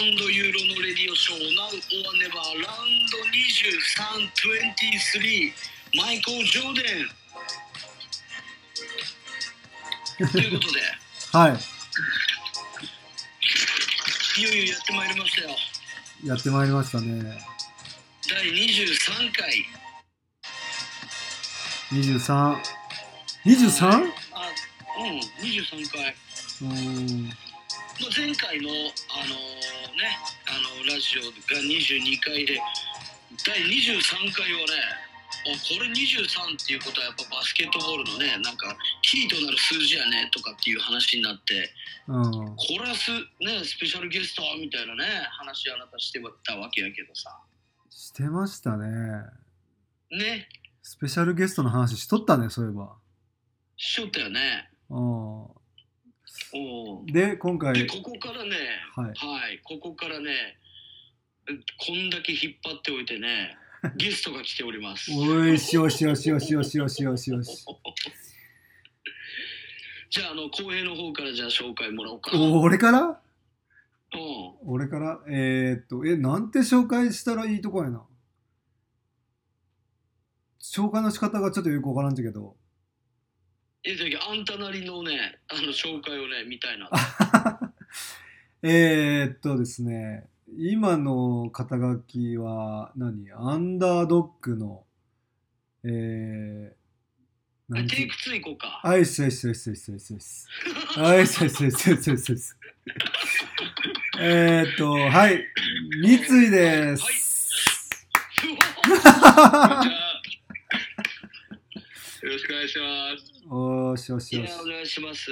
ユーロのレディオショー Now or Never ラウンド23マイケル・ジョーデンということではいいよいよやってまいりましたよ。 やってまいりましたね。 第23回 23?23? 23回前回のラジオが22回で第23回はね、これ23っていうことはやっぱバスケットボールのね、なんかキーとなる数字やねとかっていう話になって、コラスね、スペシャルゲストみたいなね話あなたしてたわけやけどさ。 してましたね。 ね。 スペシャルゲストの話しとったね、そういえば。 しとったよね。 で今回でここからね、ここからね、こんだけ引っ張っておいてね、ゲストが来ております。 おいしよしよしよしよしよしよしよし。 じゃあ浩平の方からじゃあ紹介もらおうか。 俺から？俺からなんて紹介したらいいとこやな。紹介の仕方がちょっとよくわからんじゃけど。 あんたなりのね、紹介をね、見たいな。 ですね、今の肩書きはアンダードッグの、 テイク2いこうか。 はい、はい、三井です。 よろしくお願いします。 お願いします。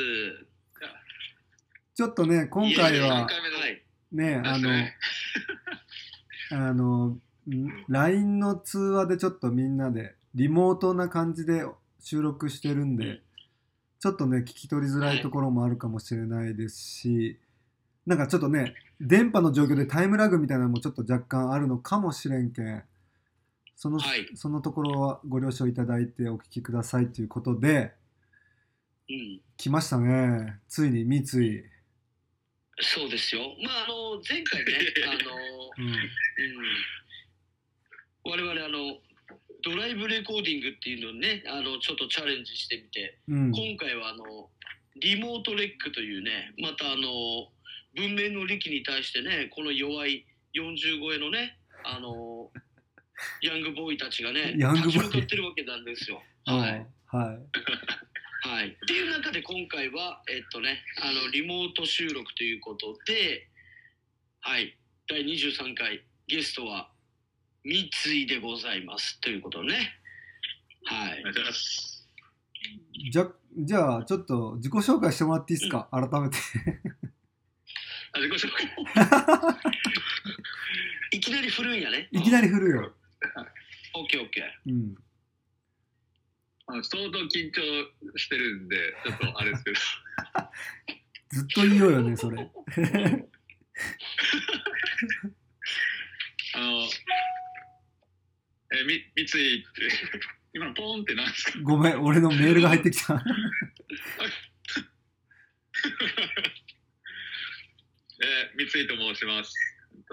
ちょっとね、今回はね、LINE の通話でちょっとみんなでリモートな感じで収録してるんで、ちょっとね聞き取りづらいところもあるかもしれないですし、なんかちょっとね電波の状況でタイムラグみたいなのもちょっと若干あるのかもしれんけん、そのところはご了承いただいてお聞きくださいということで、来ましたね、ついに三井。 そうですよ。前回ね我々ドライブレコーディングっていうのをねちょっとチャレンジしてみて、今回はリモートレックというね、また文明の利器に対してね、この弱い40超えのねヤングボーイたちがね立ち向かってるわけなんですよ。っていう中で今回はリモート収録ということで、第23回ゲストは三井でございますということね。 じゃあちょっと自己紹介してもらっていいですか、改めて。 自己紹介いきなり振るんやね。 いきなり振るよ。 オッケー。 相当緊張してるんでちょっとあれですけどずっと言おうよねそれ。 三井って今のポーンってなんですか？ ごめん、俺のメールが入ってきた。 三井と申します。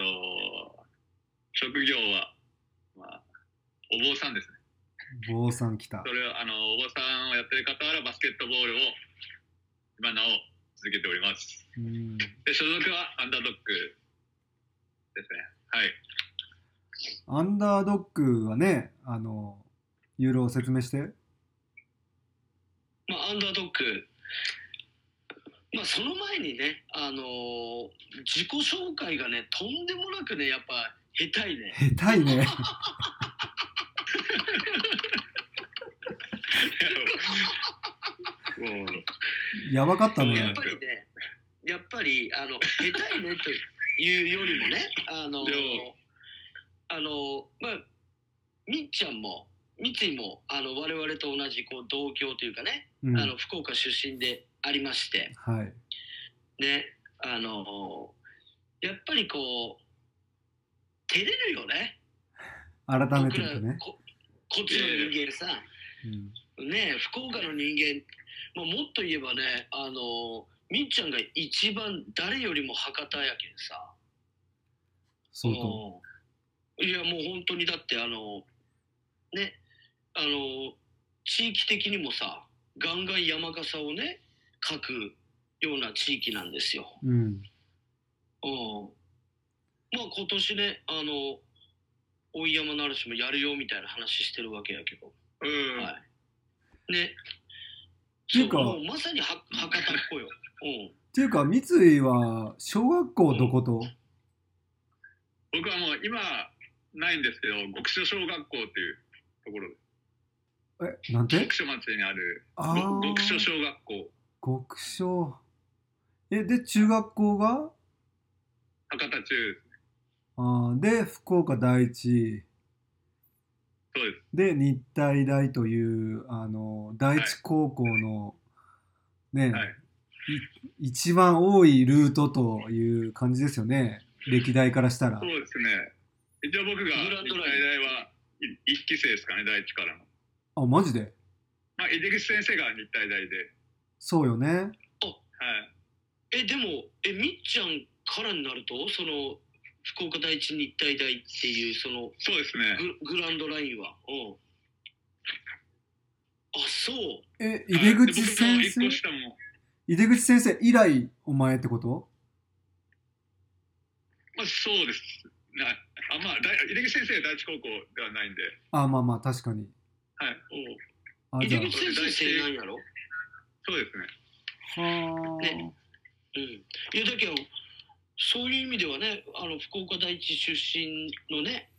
職業は、お坊さんですね。 坊さん来た。 それはお坊さんをやってる傍らバスケットボールを今なお続けております。で所属はアンダードッグですね。 アンダードッグはね、ユーロを説明して。 アンダードッグ、その前にね、自己紹介がね、とんでもなくね、やっぱ下手いね。 下手いね。やばかったね。 やっぱり下手いねというよりもね、みっちゃんも三井も我々と同じ同郷というかね、福岡出身でありまして、ね、やっぱり照れるよね。 改めてね。 こっちの人間さ、ね、福岡の人間、もっと言えばね、みっちゃんが一番誰よりも博多やけんさ。 相当。 いやもう本当にだってね地域的にもさガンガン山笠をね描くような地域なんですよ。 うん。 まあ今年ね大井山鳴子もやるよみたいな話してるわけやけど。はい。ね。 っていうかもうまさに博多っ子よ。 っていうか三井は小学校どこと？ 僕はもう今ないんですけど極所小学校っていうところです。なんて？ 極所町にある極所小学校。 極所。で中学校が博多中。 で福岡第一。 そうです。 で日体大という第一高校のね、はい、一番多いルートという感じですよね、歴代からしたら。 そうですね。一応僕が日体大は1期生ですかね、第一からの。 あ、マジで？ まあ、井出口先生が日体大で。 そうよね。 はい。 でもみっちゃんからになると福岡第一日体大っていうそうですね。 グランドラインは。あ、そう。 井出口先生？井出口先生以来お前ってこと？ まあ、そうです。まあ、井出口先生は第一高校ではないんで。 まあまあ確かに。 はい。 井出口先生生なんやろ？ そうですね。 はあ。 ね。いやだけどそういう意味ではね福岡第一出身のね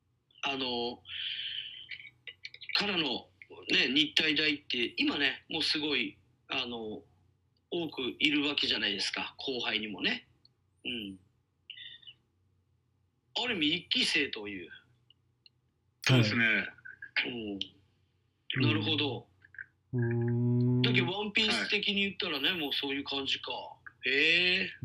からのね日体大って今ねもうすごい多くいるわけじゃないですか、後輩にもね。ある意味一期生という。 そうですね。 なるほど。だけどワンピース的に言ったらね、もうそういう感じか。へえ。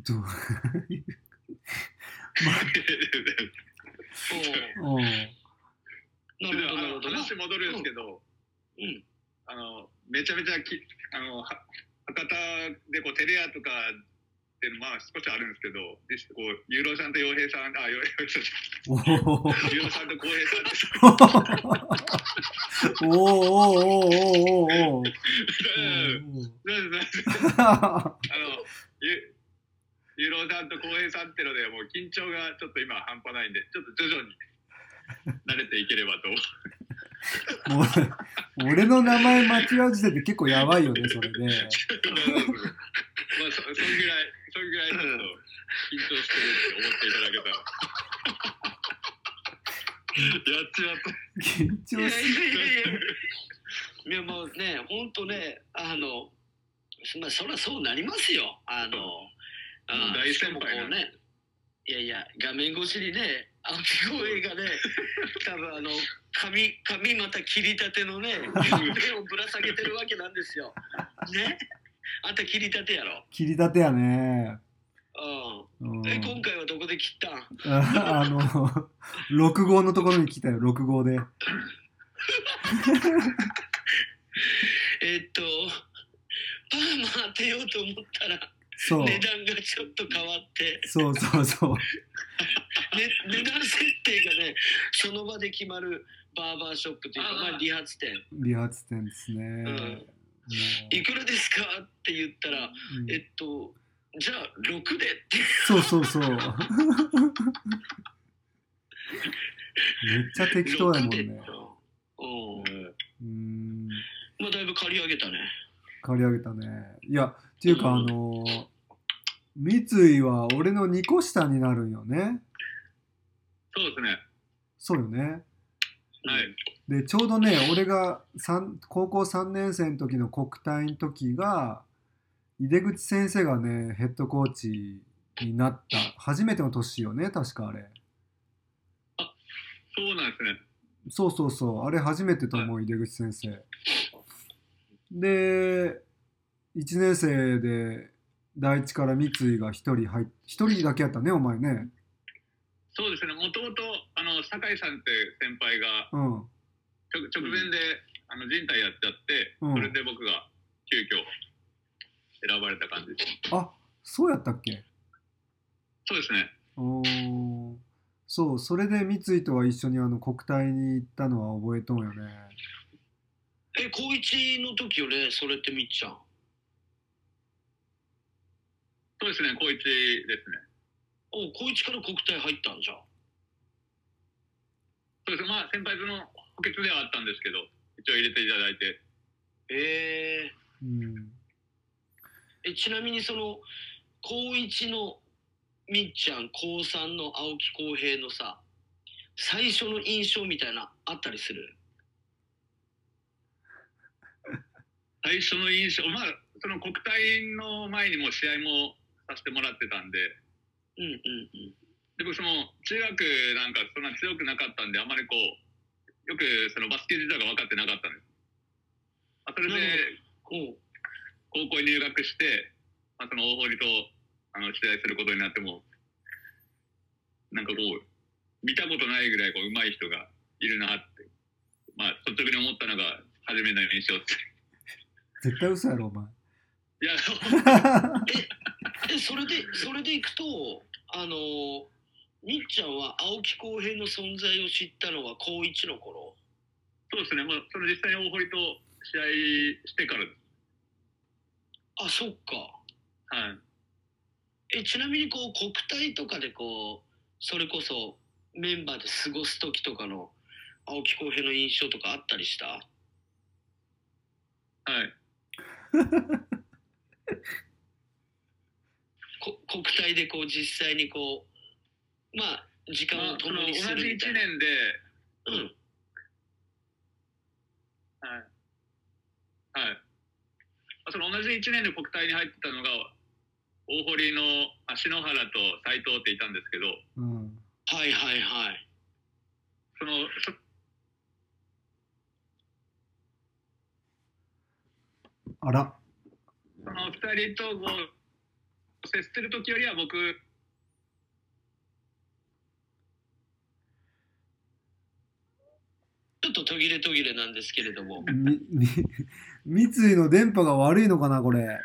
なるほど。話戻るんですけど、めちゃめちゃ博多でこうテレアとかっていうのまあ少しあるんですけど、こうユーロさんと洋平さん、ユーロさんと浩平さんってユーロさんと浩平さんってのでもう緊張がちょっと今半端ないんで、ちょっと徐々に慣れていければと。 もう俺の名前間違う時点で結構やばいよね、それね。 まあそんぐらいちょっと緊張してるって思っていただけたら。やっちまった。 緊張してる。いやもうね、ほんとね、まあそりゃそうなりますよ。 大先輩なんね。いや画面越しにね、青木浩平がね、多分髪また切りたてのね、手をぶら下げてるわけなんですよ。ね。あんた切りたてやろ。 切りたてやね。 今回はどこで切ったん ?6 号のところに来たよ、6号で。 パーマ当てようと思ったら、 そう値段がちょっと変わって。 そう。 値段設定がね、その場で決まるバーバーショップというか、まあ理髪店。 理髪店ですね。 いくらですかって言ったら、じゃあ6でって。 そう。めっちゃ適当やもんね。 まあだいぶ借り上げたね。 いや、っていうか三井は俺の2個下になるんよね。 そうですね。 そうよね。 はい。 でちょうどね、俺が高校3年生の時の国体の時が井出口先生がねヘッドコーチになった初めての年よね、確かあれ。 あ、そうなんですね。 そうあれ初めてと思う、井出口先生で1年生で第一から三井が1人だけやったね、お前ね。 そうですね。もともと酒井さんって先輩が、直前で人体やっちゃって、それで僕が急遽選ばれた感じです。 あ、そうやったっけ？ そうですね。 そう、それで三井とは一緒に国体に行ったのは覚えとんよね。 高一の時よね、それってみっちゃん。 そうですね、高一ですね。 高一から国体入ったんじゃん。 そうです。まあ先輩の補欠ではあったんですけど、一応入れていただいて。 うん。 ちなみにその高一のみっちゃん、高三の青木浩平のさ、最初の印象みたいなあったりする？ 最初の印象、まあその国体の前にも試合もさせてもらってたんで、で僕その中学なんかそんな強くなかったんで、あんまりこうよくそのバスケ自体が分かってなかったんです。それで高校に入学して、その大堀と試合することになっても、なんかこう見たことないぐらいこう上手い人がいるなって、率直に思ったのが初めの印象です。 絶対嘘やろお前。 いやそれでいくとみっちゃんは青木浩平の存在を知ったのは高1の頃？ そうですね、その実際に大堀と試合してからです。 あ、そっか。 はい。 ちなみにこう国体とかでこうそれこそメンバーで過ごす時とかの青木浩平の印象とかあったりした？ はい国体でこう実際にこう時間を共にするみたいな。 同じ1年で、その同じ1年で国体に入ってたのが大堀の篠原と斉藤っていたんですけど、 はいはいはい。 あら。 その2人とこう接する時よりは僕、 ちょっと途切れ途切れなんですけれども。 三井の電波が悪いのかなこれ。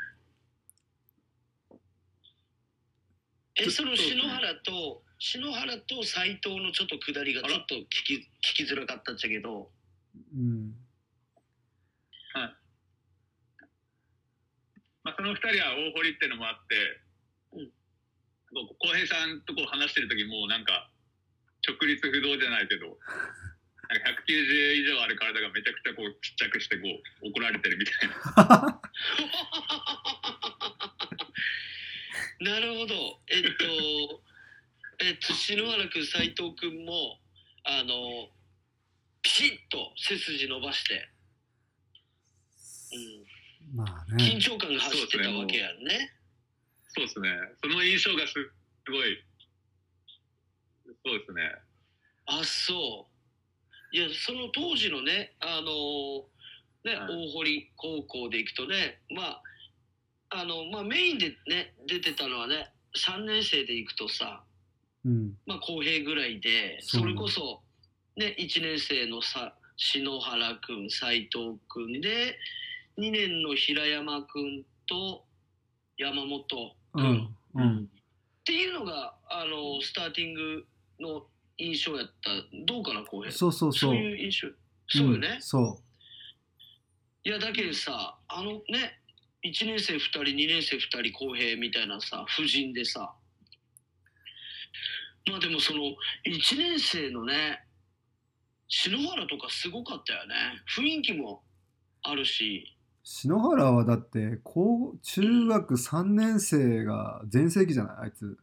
その篠原と斉藤のちょっと下りがちょっと聞きづらかったっちゃけど。 その2人は大堀っていうのもあって、浩平さんとこう話してる時もなんか直立不動じゃないけど、なんか190以上ある体がめちゃくちゃこうちっちゃくしてこう怒られてるみたいな。 なるほど。篠原君、斉藤君もピシッと背筋伸ばして、緊張感が走ってたわけやんね。 そうですね。その印象がすごい。そうですね。 あ、そう。いや、その当時のね、大堀高校で行くとね、メインでね出てたのはね、3年生で行くとさ、公平ぐらいで、それこそね、1年生の篠原君、斉藤君で、2年の平山君と山本君、っていうのがスターティングの印象やった。どうかな、浩平。そういう印象。そうよね。いやだけどさ、ね、1年生2人、2年生2人浩平みたいなさ、夫人でさ、でもその1年生のね、篠原とかすごかったよね。雰囲気もあるし。 篠原はだって中学3年生が全盛期じゃない、あいつ。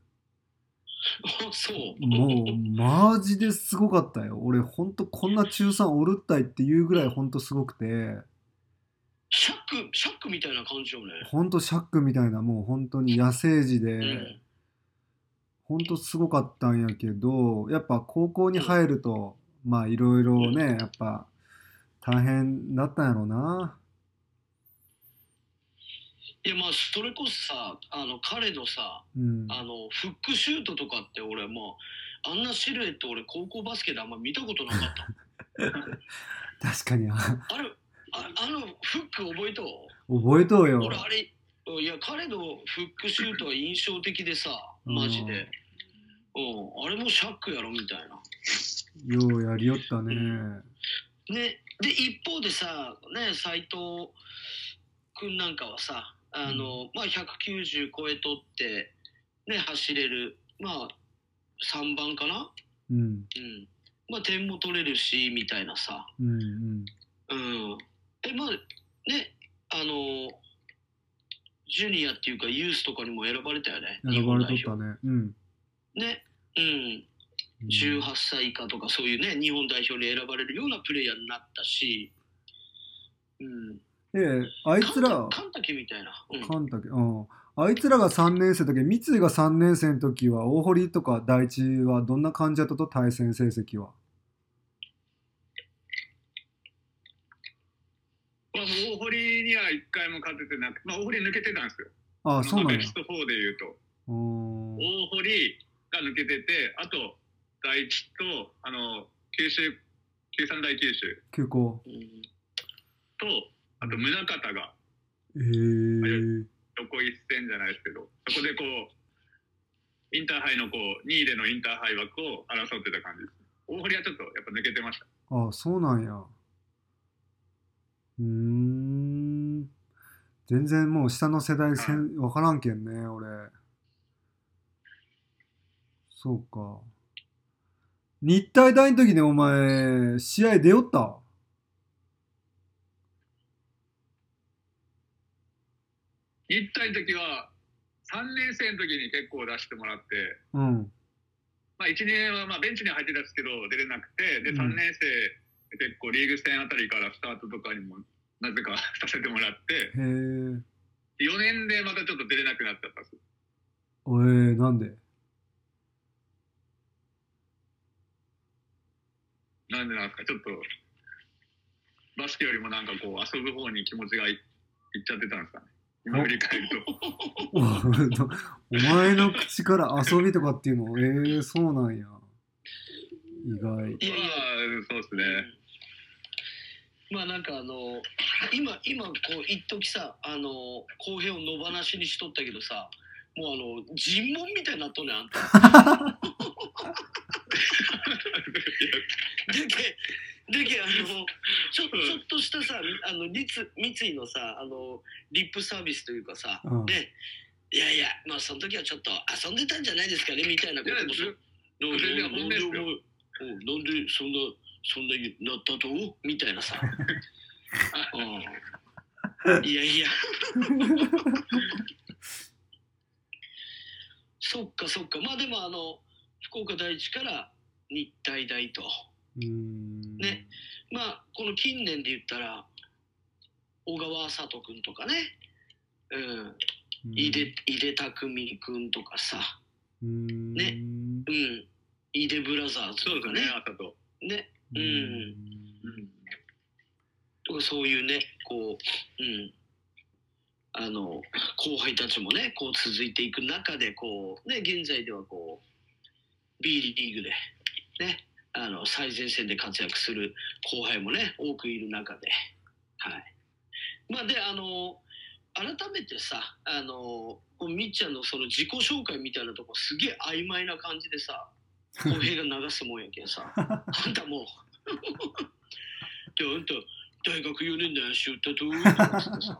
そうもうマジですごかったよ。俺ほんとこんな中3おるったいっていうぐらいほんとすごくて、 シャックみたいな感じよね。 ほんとシャックみたいな、もう本当に野生児で、ほんとすごかったんやけど、やっぱ高校に入るといろいろね、やっぱ大変だったんやろうな。 いやそれこそさ、彼のさ、フックシュートとかって俺もうあんなシルエット俺高校バスケであんま見たことなかった。 確かにあのフック覚えとうよ。 俺あれ、いや彼のフックシュートは印象的でさ、マジで。 あれもシャックやろみたいな。 ようやりよったね。 ね、で一方でさ、ね、斉藤君なんかはさ、まあ、190超えとって、ね、走れる、まあ、3番かな、まあ、点も取れるしみたいなさ、まあね、ジュニアっていうかユースとかにも選ばれたよね。 選ばれとったね。 ね、18歳以下とかそういうね、日本代表に選ばれるようなプレイヤーになったし、 あいつら神崎みたいな、 神崎、あいつらが3年生の時、三井が3年生の時は大堀とか第一はどんな感じだったと、対戦成績は。 大堀には1回も勝ててなくて、大堀抜けてたんですよ。 そうなんや。 ベスト4でいうと大堀が抜けてて、あと第一と九三大九州休校と、あと宗像が横一線じゃないですけど、そこでこうインターハイの2位でのインターハイ枠を争ってた感じです。大堀はちょっとやっぱ抜けてました。 そうなんや。全然もう下の世代分からんけんね、俺。そうか。日体大の時にお前試合出よった？ 日体の時は3年生の時に結構出してもらって、1年はベンチに入ってたんですけど出れなくて、で3年生結構リーグ戦あたりからスタートとかにもなぜかさせてもらって、4年でまたちょっと出れなくなっちゃったんです。 なんで？ なんでなんですか、ちょっとバスケよりもなんか遊ぶ方に気持ちがいっちゃってたんですかね、今振り返ると。お前の口から遊びとかっていうの、そうなんや。意外。 そうですね。 まあなんか今一時さ公平を野放しにしとったけどさ、もう尋問みたいになっとんねん、あんた。でけちょっとしたさ三井のさリップサービスというかさ、いやいや、まあその時はちょっと遊んでたんじゃないですかねみたいなこともさ、なんでそんなになったとみたいなさ。いやいや。そっか。まあでも福岡第一から日体大と。ね。まあこの近年で言ったら小川聡君とかね。井出匠君とかさ。ね。井出ブラザーズとかね。ね。とかそういうね、後輩たちもね、続いていく中で、現在ではB リーグでね、最前線で活躍する後輩もね、多くいる中で、まあで、改めてさ、みっちゃんのその自己紹介みたいなとこすげえ曖昧な感じでさ、公平が流すもんやけんさ、あんたもうじゃああんた大学4年何しよったとってさ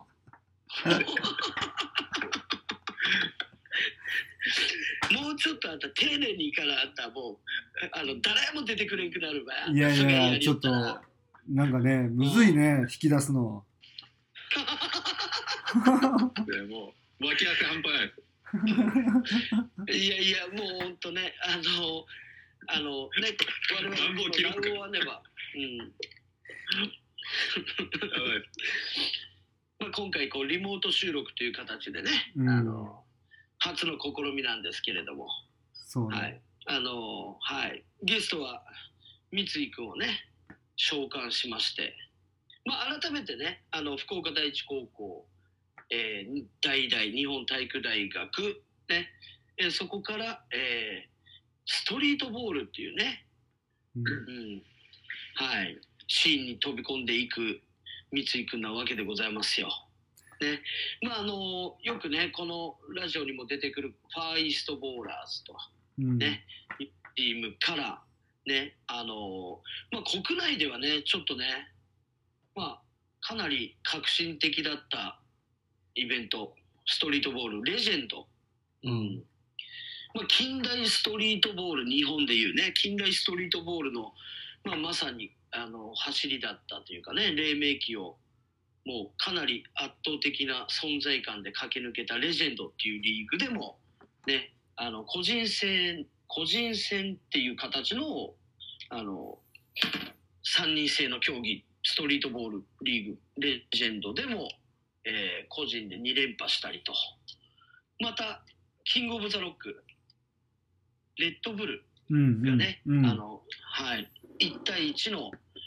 もうちょっとあんた丁寧にいかな、あんたもう誰も出てくれんくなるわ。 いやちょっとなんかね、むずいね、引き出すの。 もう脇汗半端ないです。 いやもうほんとね、我々の乱暴はねば、まあ今回リモート収録という形でね、初の試みなんですけれども、 そうね、 ゲストは三井君をね召喚しまして、まあ改めてね福岡第一高校、日本体育大学ね、そこから、ストリートボールっていうね、シーンに飛び込んでいく三井君なわけでございますよ。ね、まあよくねこのラジオにも出てくるファーイーストボーラーズとね、チームからね、国内ではねちょっとね、かなり革新的だったイベント、ストリートボールレジェンド、近代ストリートボール、日本でいうね近代ストリートボールの、まさに走りだったというかね、黎明期をもうかなり圧倒的な存在感で駆け抜けたレジェンドっていうリーグでもね、個人戦っていう形の3人制の競技、ストリートボールリーグレジェンドでも、個人で2連覇したりと、またキングオブザロックレッドブルがね、1対1の、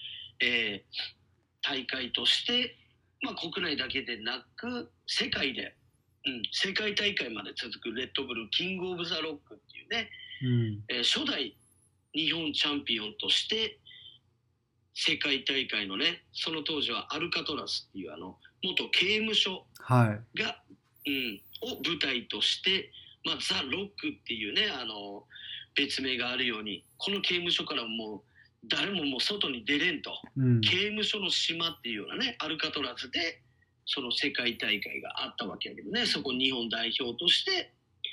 大会として、国内だけでなく世界で、世界大会まで続くレッドブルキングオブザロックっていうね、初代日本チャンピオンとして世界大会のね、その当時はアルカトラスっていう元刑務所が、を舞台として、ザ・ロックっていうね別名があるように、この刑務所からもう誰ももう外に出れんと、刑務所の島っていうようなねアルカトラズでその世界大会があったわけだけどね、そこ日本代表として、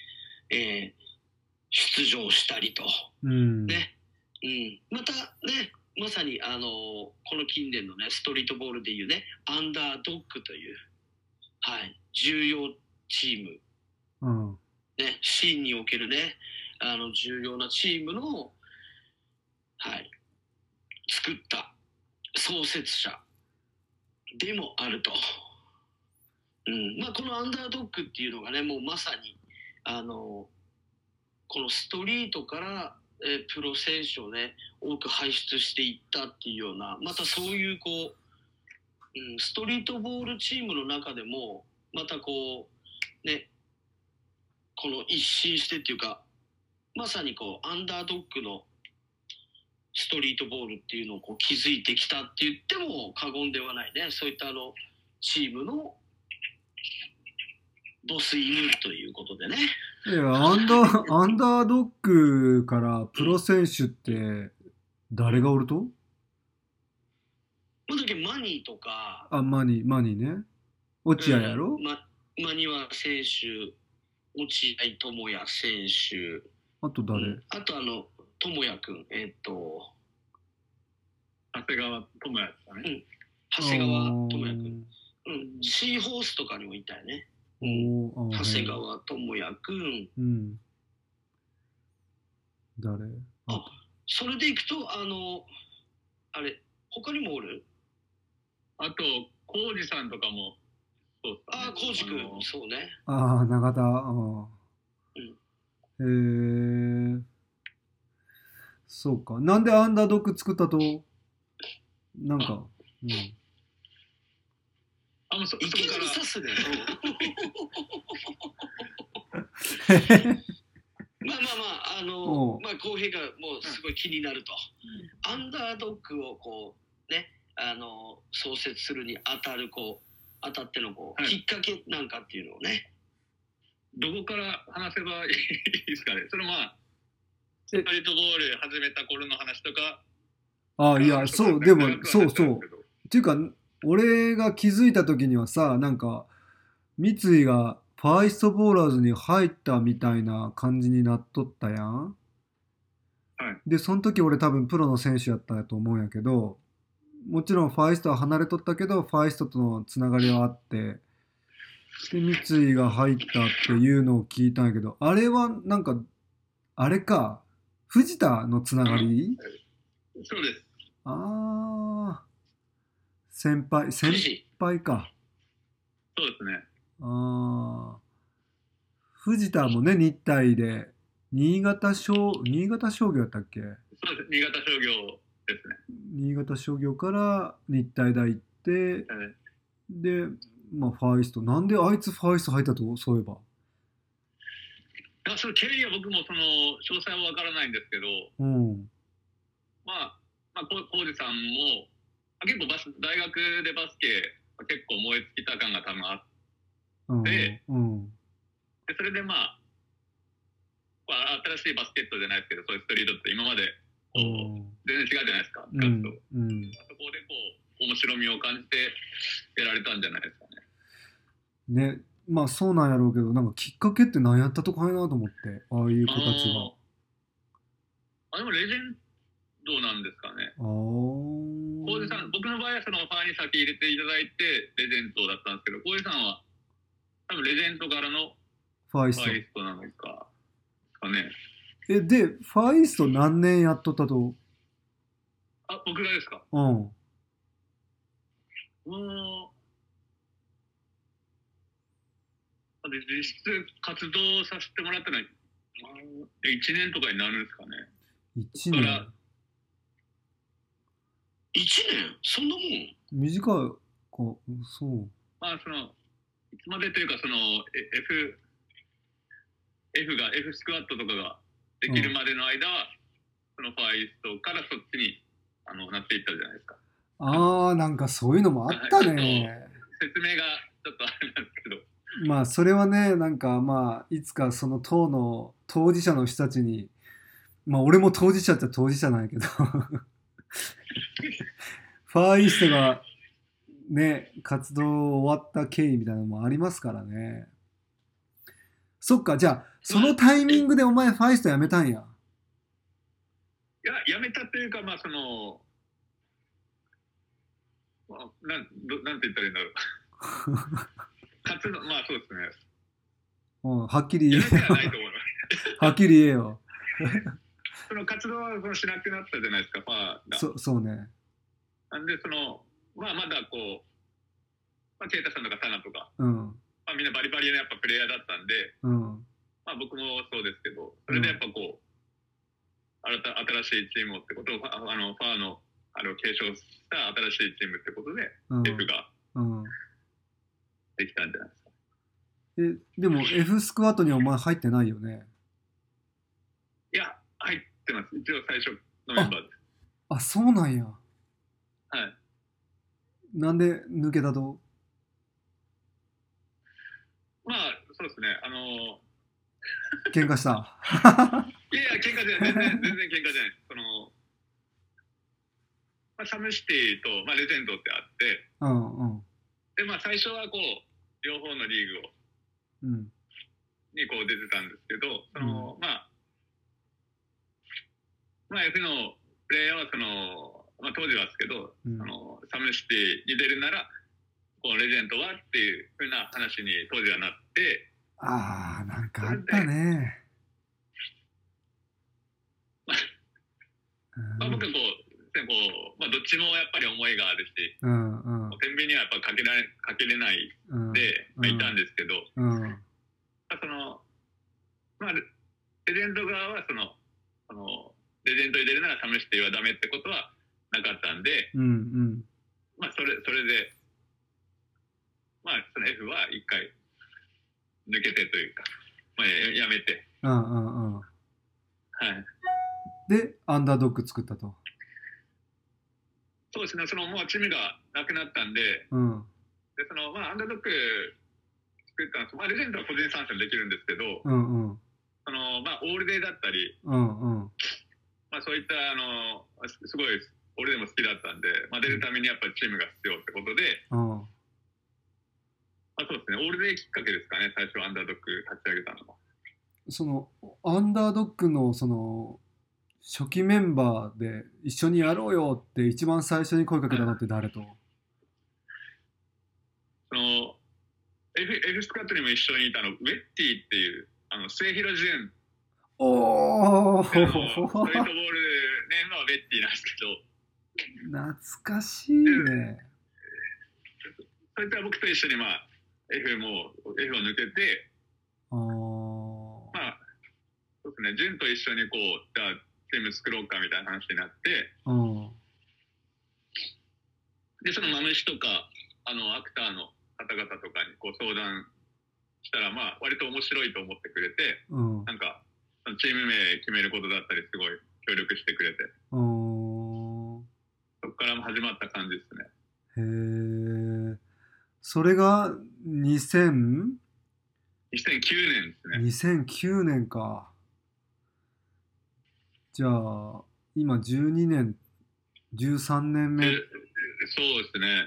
出場したりと、ね、またね、まさにこの近年のねストリートボールでいうねアンダードッグという、重要チーム、ね、シーンにおけるね重要なチームの、作った創設者でもあると、このアンダードッグっていうのがね、もうまさにこのストリートから、プロ選手をね多く輩出していったっていうような、またそういうこう、ストリートボールチームの中でもまたこうね、この一新してっていうか、まさにこうアンダードッグのストリートボールっていうのをこう築いてきたって言っても過言ではないね、そういったチームのボス犬ということでね。 いや、アンダードッグからプロ選手って誰がおると？ だけマニーとか。 マニーね。落合やろ？ マニは選手、落合智也選手。 あと誰？ あと智也くん、 長谷川智也ですかね。 長谷川智也くん。シーホースとかにもいたよね。長谷川智也くん。 誰？ それでいくとあれ他にもおる？ あと浩二さんとかもそうですかね。 浩二くん、そうね。 永田。そうか。なんでアンダードッグ作ったと？なんか。 いきなり刺すね。公平がもうすごい気になると。アンダードッグをこうね、創設するにあたってのきっかけなんかっていうのをね。 どこから話せばいいですかね。それストリートボール始めた頃の話とか。 いや、そう、でも、そう。っていうか、俺が気づいた時にはさ、なんか、三井がファイストボーラーズに入ったみたいな感じになっとったやん。で、その時俺多分プロの選手やったと思うんやけど、もちろんファイストは離れとったけど、ファイストとのつながりはあって、で、三井が入ったっていうのを聞いたんやけど、あれはなんか、あれか、藤田のつながり？ そうです。 先輩か。 そうですね。 藤田もね、日体で、新潟商業やったっけ？ そうです、新潟商業ですね。 新潟商業から日体大行って、で、ファイスト。なんであいつファイスト入ったと？そういえば。 その経緯は僕もその詳細は分からないんですけど、浩二さんも結構大学でバスケ結構燃え尽きた感が多分あって、でそれでフ新しいバスケットじゃないですけど、そういうストリートって今までこう全然違うじゃないですか、 うん、うん、 そこでこう面白みを感じてやられたんじゃないですかね。 ね。 まあそうなんやろうけど、なんかきっかけって何やったとかいなと思って、ああいう子たちが。 でもレジェンドなんですかね。浩二さん、僕の場合はそのファーに先入れていただいてレジェンドだったんですけど、浩二さんは多分レジェンドからのファーイストなのかね。 で、ファーイスト何年やっとったと？ 僕がですか？ うん。 実質活動させてもらったのは1年とかになるんですかね。 1年。 1年？そんなもん？ 短いか、そう。 まあそのいつまでというかその F スクワットとかができるまでの間は、そのファーイストからそっちになっていったじゃないですか。 なんかそういうのもあったね。 説明がちょっとあれなんですけど。 まあそれはね、なんかまあいつかその党の当事者の人たちに、まあ俺も当事者って当事者なんやけどファーイーストがね活動終わった経緯みたいなのもありますからね。そっか、じゃあそのタイミングでお前ファーイースト辞めたんや。 いや、辞めたというか、まあそのなんて言ったらいいんだろう活動、まあそうですね。 はっきり言えよ。 はっきり言えよ。 その活動はしなくなったじゃないですか、ファーが。 そうね。 なんで、まだこう、ケイタさんとかタナとか、みんなバリバリのやっぱプレイヤーだったんで、僕もそうですけど、それでやっぱこう、新しいチームをってことを、ファーの継承した新しいチームってことで、F ができたんじゃないですか。 でも F スクワットにはお前入ってないよね。 いや、入ってます。一応最初のメンバーです。 そうなんや。 はい。 なんで抜けたと？ まあ、そうですね。 喧嘩した。 いやいや、喧嘩じゃない。全然喧嘩じゃない。サムシティと、レジェンドってあって、で、最初はこう、両方のリーグを、にこう出てたんですけど、F のプレイヤーは当時はですけど、サムシティに出るなら、こうレジェンドはっていうふうな話に当時はなって、 なんかあったね。 僕はこう、どっちもやっぱり思いがあるし、天秤にはやっぱかけれないで、いたんですけど、レジェンド側はレジェンドに出るならサムシティはダメってことはなかったんで、それで、その F は一回抜けてというか、やめて。はい。 で、アンダードッグ作ったと。 そうですね、もうチームがなくなったんで、でアンダードッグ作ったんです。レジェンドは個人参戦できるんですけど、オールデーだったり、そういったすごい俺でも好きだったんで、出るためにやっぱりチームが必要ってことで、そうですね、オールデーきっかけですかね、最初アンダードッグ立ち上げたのは。 そのアンダードッグの初期メンバーで一緒にやろうよって一番最初に声かけたのって誰と？ F スクワットにも一緒にいたウェッティっていう末広ジェン。 ストリートボールネームはウェッティなんですけど。懐かしいね。 そいつは僕と一緒にF を抜けて、そうですね、ジュンと一緒にこうじゃあチーム作ろうかみたいな話になって、でそのマムシとかアクターの方々とかにこう相談したら割と面白いと思ってくれて、なんかチーム名決めることだったりすごい協力してくれて、そこから始まった感じですね。 へえ。それが2009 年ですね。 2009年か。 じゃあ今12年13年目。 そうですね。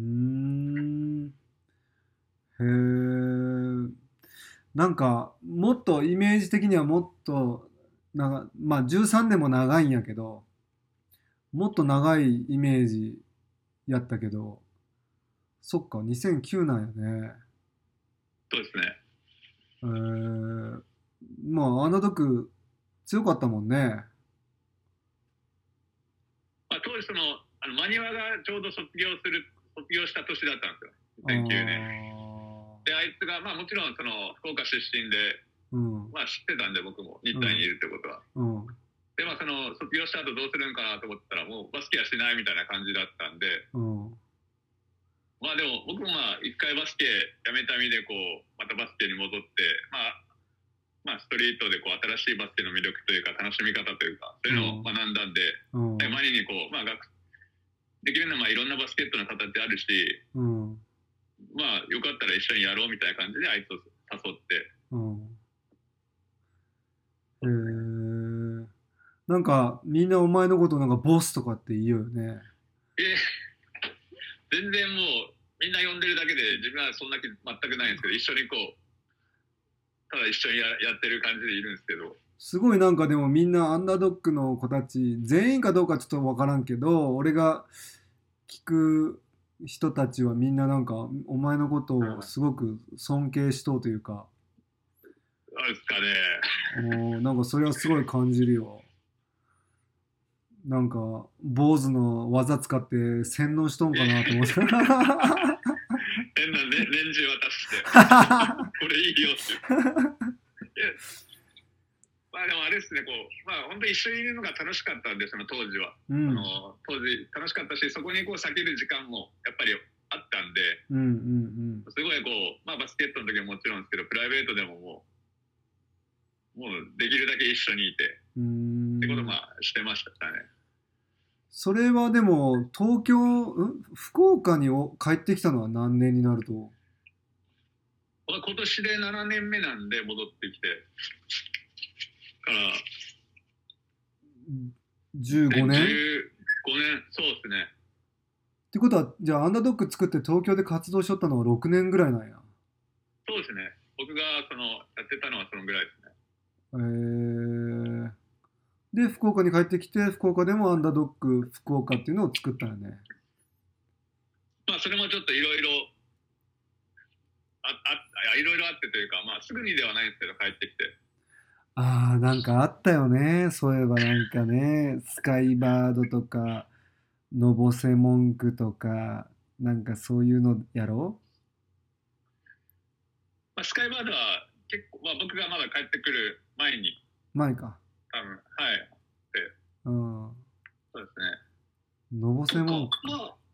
へえ。なんかもっとイメージ的にはもっとまあ13年も長いんやけど、もっと長いイメージやったけど、そっか、2009なんやね。 そうですね。 まあ、アンダードッグ強かったもんね。 まあ、当時マニワがちょうど卒業した年だったんですよ。2009年。で、あいつが、まあもちろん福岡出身で、まあ知ってたんで僕も日体にいるってことは。で、まあ卒業した後どうするんかなと思ったら、もうバスケはしないみたいな感じだったんで、まあでも僕もまあ一回バスケやめた身でまたバスケに戻って、まあストリートで新しいバスケの魅力というか楽しみ方というか、そういうのを学んだんで、マニにまあできるのはまあいろんなバスケットの形あるし、まあよかったら一緒にやろうみたいな感じであいつを誘って。 なんかみんなお前のことなんかボスとかって言うよね。 全然もうみんな呼んでるだけで自分はそんな気全くないんですけど、一緒にただ一緒にやってる感じでいるんですけど。 すごいなんかでもみんなアンダードッグの子たち全員かどうかちょっと分からんけど、俺が聞く人たちはみんななんかお前のことをすごく尊敬しとうというか、 そうですかね。 なんかそれはすごい感じるよ。なんか坊主の技使って洗脳しとんかなと思って変な年中渡してこれいいよってまあでもあれですね、まあ本当に一緒にいるのが楽しかったんで、その当時は、当時楽しかったし、そこに避ける時間もやっぱりあったんで、すごいまあバスケットの時はもちろんですけど、プライベートでももうできるだけ一緒にいてってことまあしてましたね。 それはでも東京、福岡に帰ってきたのは何年になると？ 今年で7年目なんで戻ってきてから 15年？15年、 そうですね。 ってことはじゃあアンダードッグ作って東京で活動しとったのは6年ぐらいなんや。 そうですね。僕がやってたのはそのぐらいですね。 で福岡に帰ってきて、福岡でもアンダードッグ福岡っていうのを作ったよね。 まあそれもちょっといろいろあってというか、まあすぐにではないんですけど帰ってきて。 なんかあったよね。そういえばなんかね、スカイバードとかのぼせ文句とかなんかそういうのやろ。 まあ、スカイバードは結構、まあ、僕がまだ帰ってくる前か多分はいそうですね。のぼせ文句まあ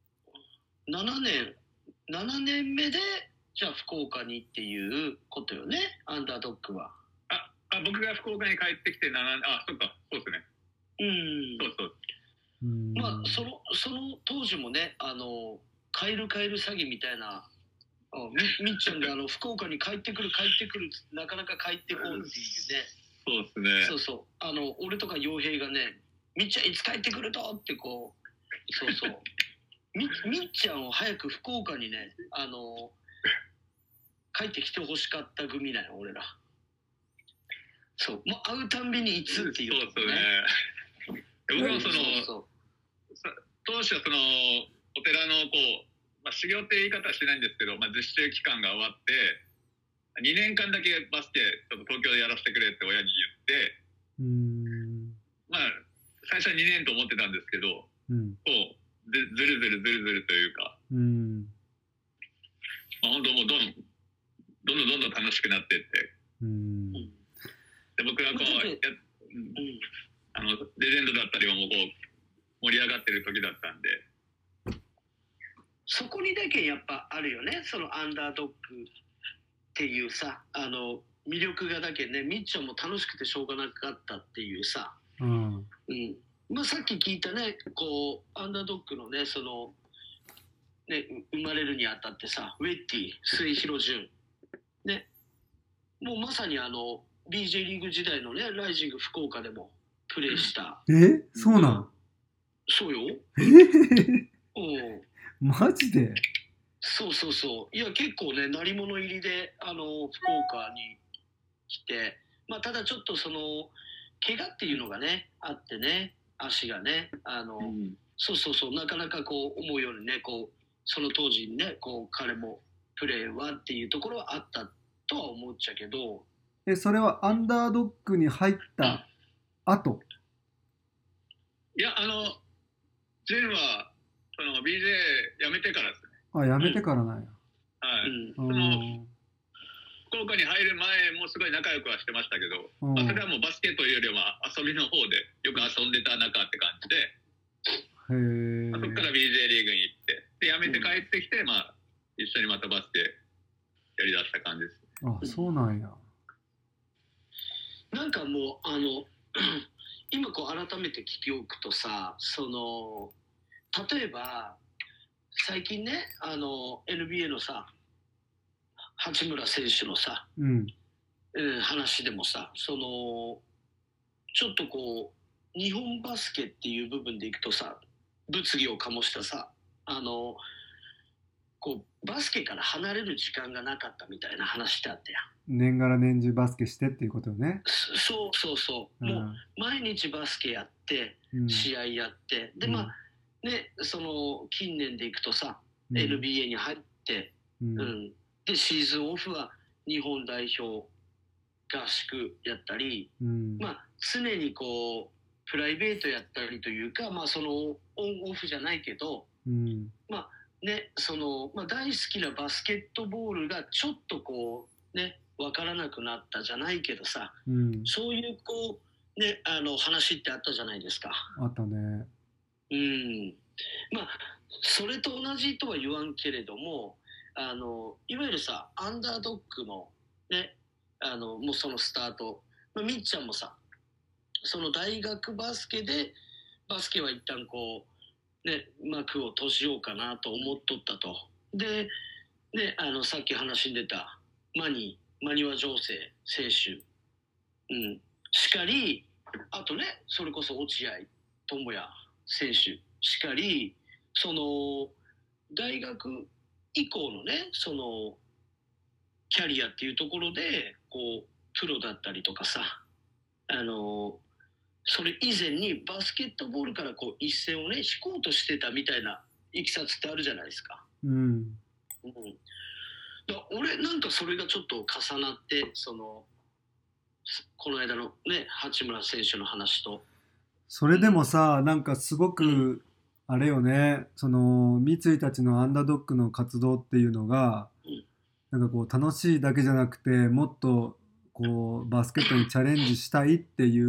7年目でじゃあ福岡にっていうことよね、アンダードッグは。 僕が福岡に帰ってきてそうですね。そうまあその当時もね、カエル詐欺みたいな、みっちゃんが福岡に帰ってくるなかなか帰ってこうっていうね。 そうですね。 そう俺とか傭兵がね、みっちゃんいつ帰ってくるとってみっちゃんを早く福岡にね、帰ってきてほしかった組なんよ俺ら。そうもう会うたんびにいつっていうとね。僕も当初はお寺のまあ、修行って言い方はしてないんですけど、まあ、実習期間が終わって2年間だけバスケちょっと東京でやらせてくれって親に言って、まあ最初は2年と思ってたんですけど、ずるずるというか、まあ、本当もうどんどん楽しくなってって、で僕がレジェンドだったりも盛り上がってる時だったんで、 そこにだけやっぱあるよね、そのアンダードッグっていうさ、魅力がだけね、みっちゃんも楽しくてしょうがなかったっていうさ、まあ、さっき聞いたね、アンダードッグのね、生まれるにあたってさ、ウェッティ、末広潤ね、もうまさにBJ リーグ時代のね、ライジング福岡でもププレーした。 そうなん？ そうよ。 マジで？ そうそうそう。いや、結構ね、鳴り物入りで、福岡に来て、まあ、ただちょっと怪我っていうのがね、あってね、足がね、そうそうそう、なかなかこう、思うようにね、こう、その当時にね、こう、彼もプレーはっていうところはあったとは思っちゃうけど。 それはアンダードックに入った後？ いや、ジェンは、BJ 辞めてからですね。 辞めてからなんや。 はい。福岡に入る前もすごい仲良くはしてましたけど、それはもうバスケというよりは遊びの方でよく遊んでた仲って感じで、そこから BJ リーグに行って、で、辞めて帰ってきて、一緒にまたバスケやりだした感じです。 そうなんや。 なんかもう、今こう改めて聞きおくとさ、例えば、最近ね、NBA のさ、八村選手のさ、話でもさ、ちょっとこう、日本バスケっていう部分でいくとさ、物議を醸したさ、こう、バスケから離れる時間がなかったみたいな話ってあったやん。 年がら年中バスケしてっていうことよね。 そうそうそう。もう、毎日バスケやって、試合やって、で、まあ、ね、近年でいくとさ、NBA に入って、で、シーズンオフは日本代表合宿やったり、まあ、常にこう、プライベートやったりというか、まあ、オンオフじゃないけど、まあ、ね、まあ、大好きなバスケットボールがちょっとこう、ね、わからなくなったじゃないけどさ、そういうこう、ね、話ってあったじゃないですか。 あったね。 まあ、それと同じとは言わんけれども、いわゆるさ、アンダードッグのね、もうそのスタート、まあ、みっちゃんもさ、その大学バスケで、バスケは一旦こう、ね、幕を閉じようかなと思っとったと。で、ね、さっき話に出た、マニワ情勢選手、しかり、あとね、それこそ落合智也選手しかり、大学以降のね、キャリアっていうところで、こう、プロだったりとかさ、それ以前にバスケットボールからこう一線をね、引こうとしてたみたいないきさつってあるじゃないですか。俺なんかそれがちょっと重なって、この間のね、八村選手の話と。 それでもさ、なんかすごく、あれよね、三井たちのアンダードッグの活動っていうのが、なんかこう楽しいだけじゃなくて、もっとこうバスケットにチャレンジしたいっていう、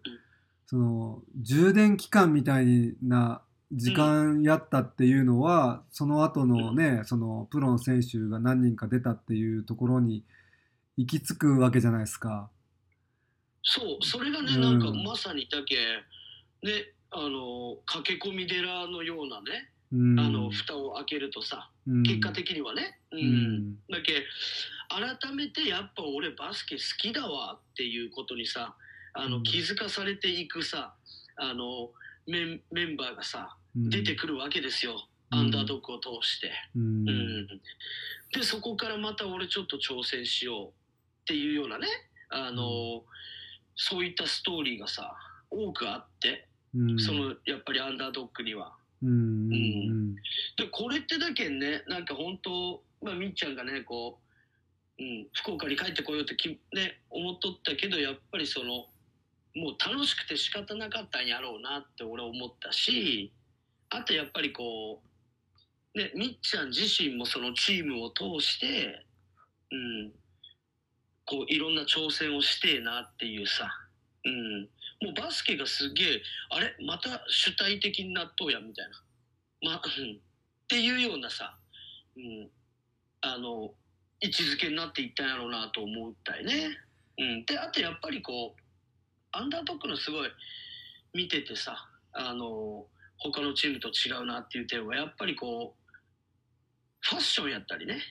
充電期間みたいな時間やったっていうのは、その後のね、プロの選手が何人か出たっていうところに行き着くわけじゃないですか。 そう、それがね、なんかまさにだけね、駆け込み寺のようなね、蓋を開けるとさ、結果的にはね、だけ改めてやっぱ俺バスケ好きだわっていうことにさ、気づかされていくさ、メンバーがさ、出てくるわけですよ、アンダードッグを通して。で、そこからまた俺ちょっと挑戦しようっていうようなね、そういったストーリーがさ、多くあって、やっぱりアンダードッグには。で、これってだけね、なんか本当、まあ、みっちゃんがね、こう、福岡に帰ってこようってね、思っとったけど、やっぱりもう楽しくて仕方なかったんやろうなって俺思ったし、あとやっぱりこう、ね、みっちゃん自身もそのチームを通して、こういろんな挑戦をしてえなっていうさ、もうバスケがすげえ、あれまた主体的になっとうやみたいな、っていうようなさ、位置づけになっていったんやろうなと思ったよね。で、あとやっぱりこう、アンダードッグのすごい見ててさ、他のチームと違うなっていう点は、やっぱりこう、ファッションやったりね、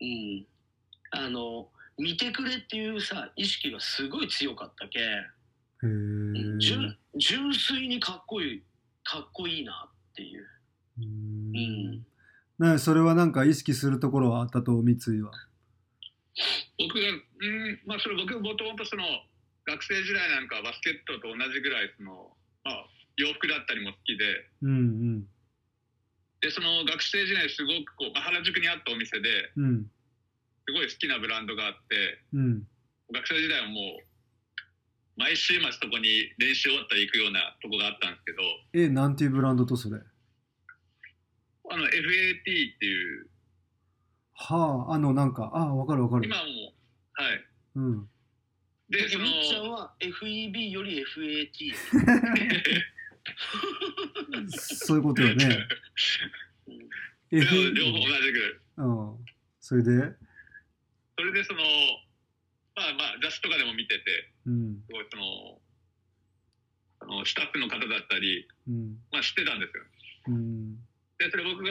見てくれっていうさ、意識がすごい強かったけ。 へー。 純粋にかっこいいなっていう。 それはなんか意識するところはあったと、三井は。 僕が、まあそれ僕もともとその学生時代なんかバスケットと同じぐらいその、まあ、洋服だったりも好きで、でその学生時代すごくこう、まあ、原宿にあったお店で、すごい好きなブランドがあって、学生時代はもう毎週末そこに練習終わったら行くようなとこがあったんですけど。 なんていうブランドとそれ？ FAT っていう。 はあ、なんか、わかる。 今も、はい。 で、みっちゃんは FEB より FAT。 そういうことよね。 両方同じく。 それでその、まあ雑誌とかでも見てて、すごいそのスタッフの方だったり、まあ知ってたんですよ。でそれ僕が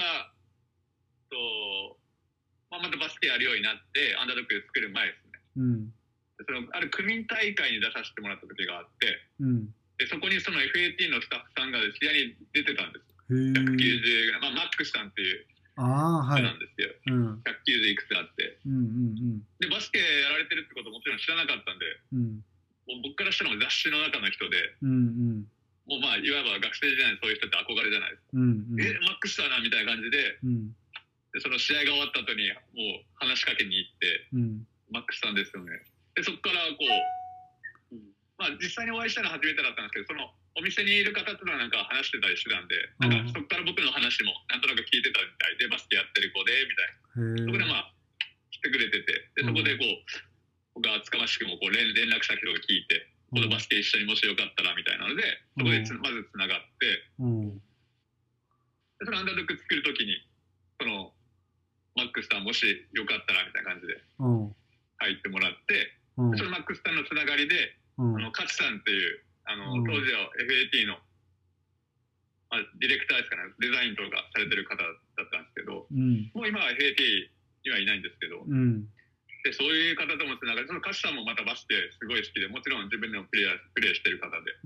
またバスケやるようになってアンダードッグ作る前ですね。そのある区民大会に出させてもらった時があって、でそこにその FAT のスタッフさんが試合に出てたんです。190ぐらい、マックスさんっていう人なんですよ。190いくつあって、でバスケやられてるってこともちろん知らなかったんで、もう僕からしたら雑誌の中の人で、もうまあいわば学生時代にそういう人って憧れじゃないですか。マックスだなみたいな感じで、でその試合が終わった後にもう話しかけに行って、マックスさんですよね。でそこからこう、まあ実際にお会いしたのは初めてだったんですけど、そのお店にいる方とはなんか話してたりしてたんで、なんかそこから僕の話もなんとなく聞いてたみたいで、バスケやってる子でみたいな。そこでまあ来てくれてて、でそこでこう僕は厚かましくもこう連絡先とか聞いて、このバスケ一緒にもしよかったらみたいなので、そこでまずつながって、でそのアンダードッグ作るときにそのマックスさんもしよかったらみたいな感じで入ってもらって、そのマックスさんのつながりで、カチさんっていう当時は FAT の、ディレクターですかね、デザインとかされてる方だったんですけど、もう今は FAT にはいないんですけど、でそういう方ともつながり、そのカチさんもまたバスケすごい好きで、もちろん自分でもプレーしてる方で、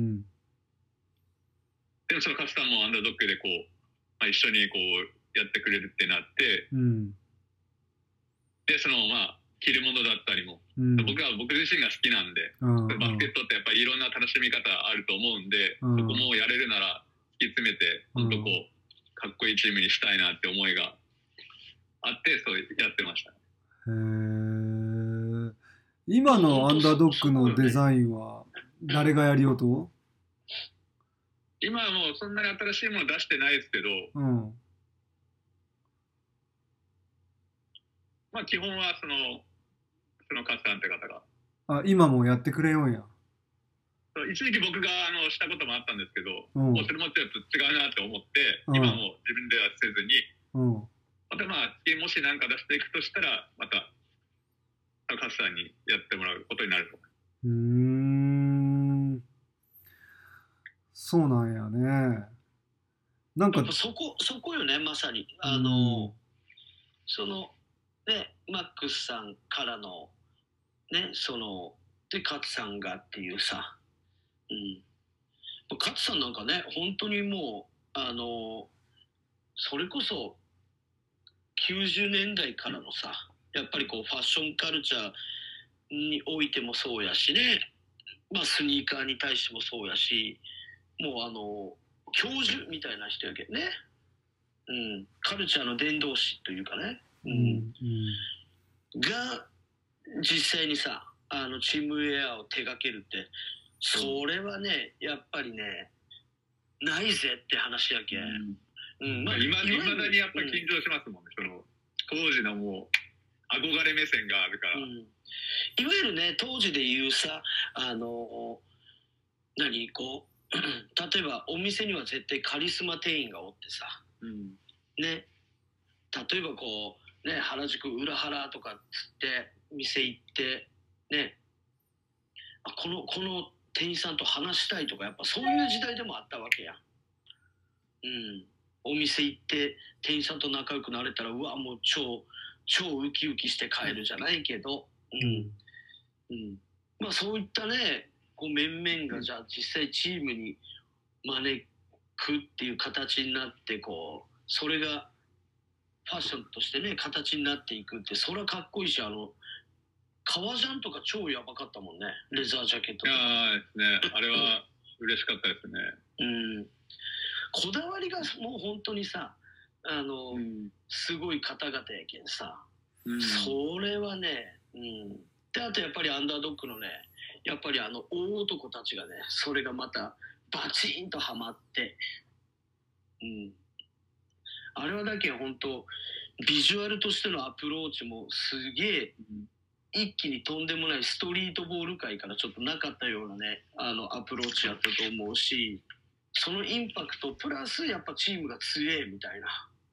でもそのカチさんもアンダードッグでこう、一緒にこうやってくれるってなって、でその着るものだったりも、僕自身が好きなんで、バスケットってやっぱりいろんな楽しみ方あると思うんで、そこもやれるなら突き詰めて本当こうかっこいいチームにしたいなって思いがあって、そうやってました。 今のアンダードッグのデザインは誰がやりようと？ 今はもうそんなに新しいもの出してないですけど、まあ基本はそのカツさんって方が。 今もやってくれよんや。 一時期僕がしたこともあったんですけど、もうそれもちょっと違うなって思って、今もう自分ではせずに、またもし何か出していくとしたら、またカツさんにやってもらうことになると思います。 そうなんやね。なんかそこよね、まさに。そのね、マックスさんからのね、でカツさんがっていうさ、カツさんなんかね、本当にもうそれこそ90年代からのさ、やっぱりこうファッションカルチャーにおいてもそうやしね、スニーカーに対してもそうやし、もう教授みたいな人やけどね、カルチャーの伝道師というかね、が実際にさチームウェアを手掛けるって、それはねやっぱりねないぜって話やけ。 いまだにやっぱり緊張しますもんね、その当時のもう憧れ目線があるから、 いわゆるね当時で言うさ例えばお店には絶対カリスマ店員がおってさ、ね、例えばこうね原宿裏原とかっつって店行ってね、この店員さんと話したいとか、やっぱそういう時代でもあったわけや。お店行って店員さんと仲良くなれたら、うわもう超ウキウキして帰るじゃないけど、そういったねこう面々がじゃあ実際チームに招くっていう形になって、こうそれがファッションとしてね形になっていくって、それはかっこいいし、革ジャンとか超やばかったもんね、レザージャケットとか。 ですね、あれは嬉しかったですね。 こだわりがもう本当にさ、すごい方々やけんさ、それはね、であとやっぱりアンダードッグのね、やっぱり大男たちがね、それがまたバチンとはまって、あれはだけ本当ビジュアルとしてのアプローチもすげえ、一気にとんでもないストリートボール界からちょっとなかったようなね、アプローチやったと思うし、そのインパクトプラスやっぱチームが強えみたいな、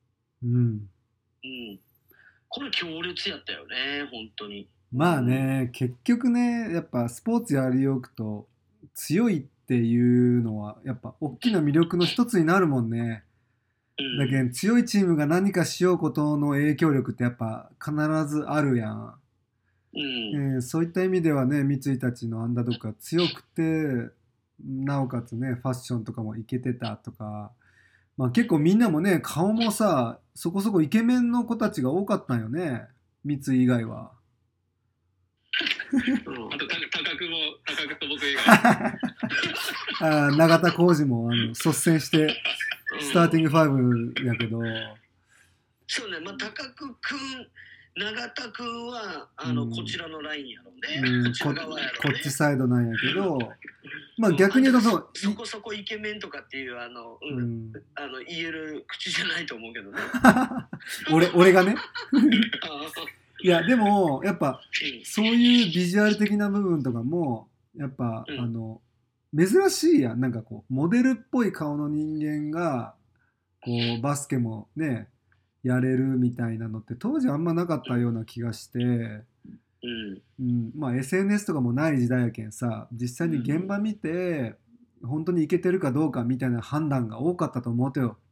これ強烈やったよね本当に。 まあね、結局ね、やっぱスポーツやりよくと強いっていうのはやっぱ大きな魅力の一つになるもんね。だけど強いチームが何かしようことの影響力ってやっぱ必ずあるやん。そういった意味ではね、三井たちのアンダードッグが強くて、なおかつねファッションとかもイケてたとか、まあ結構みんなもね顔もさそこそこイケメンの子たちが多かったんよね、三井以外は。 あと高くと僕以外永田浩二も率先してスターティングファイブやけど、 そうね、まあ高久くん永田くんはこちらのラインやろね、 こっちサイドなんやけど、まあ逆に言うとそこそこイケメンとかっていう言える口じゃないと思うけどね俺がねいやでもやっぱそういうビジュアル的な部分とかもやっぱ、珍しいやん。なんかこうモデルっぽい顔の人間がこうバスケもねやれるみたいなのって当時あんまなかったような気がして、まあ SNS とかもない時代やけんさ、実際に現場見て本当にイケてるかどうかみたいな判断が多かったと思うとよ。